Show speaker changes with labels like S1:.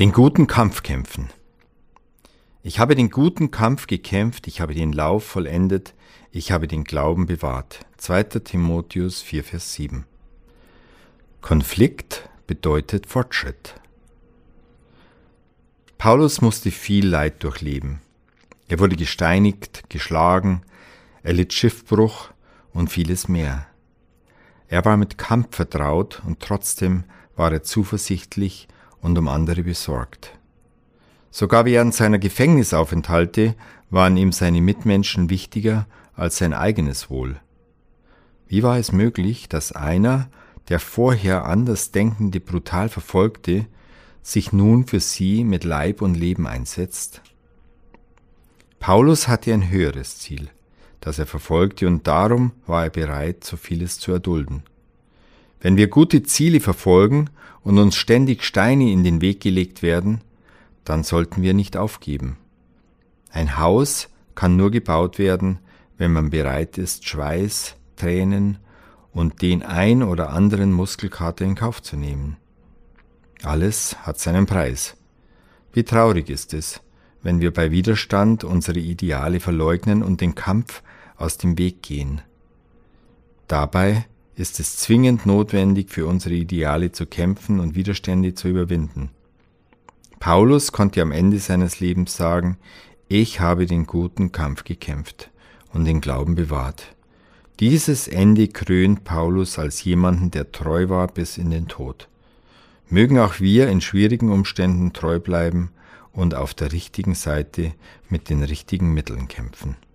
S1: Den guten Kampf kämpfen. Ich habe den guten Kampf gekämpft, ich habe den Lauf vollendet, ich habe den Glauben bewahrt. 2. Timotheus 4, Vers 7. Konflikt bedeutet Fortschritt. Paulus musste viel Leid durchleben. Er wurde gesteinigt, geschlagen, er litt Schiffbruch und vieles mehr. Er war mit Kampf vertraut und trotzdem war er zuversichtlich und um andere besorgt. Sogar während seiner Gefängnisaufenthalte waren ihm seine Mitmenschen wichtiger als sein eigenes Wohl. Wie war es möglich, dass einer, der vorher Andersdenkende brutal verfolgte, sich nun für sie mit Leib und Leben einsetzt? Paulus hatte ein höheres Ziel, das er verfolgte, und darum war er bereit, so vieles zu erdulden. Wenn wir gute Ziele verfolgen und uns ständig Steine in den Weg gelegt werden, dann sollten wir nicht aufgeben. Ein Haus kann nur gebaut werden, wenn man bereit ist, Schweiß, Tränen und den ein oder anderen Muskelkater in Kauf zu nehmen. Alles hat seinen Preis. Wie traurig ist es, wenn wir bei Widerstand unsere Ideale verleugnen und den Kampf aus dem Weg gehen. Dabei ist es zwingend notwendig, für unsere Ideale zu kämpfen und Widerstände zu überwinden. Paulus konnte am Ende seines Lebens sagen: Ich habe den guten Kampf gekämpft und den Glauben bewahrt. Dieses Ende krönt Paulus als jemanden, der treu war bis in den Tod. Mögen auch wir in schwierigen Umständen treu bleiben und auf der richtigen Seite mit den richtigen Mitteln kämpfen.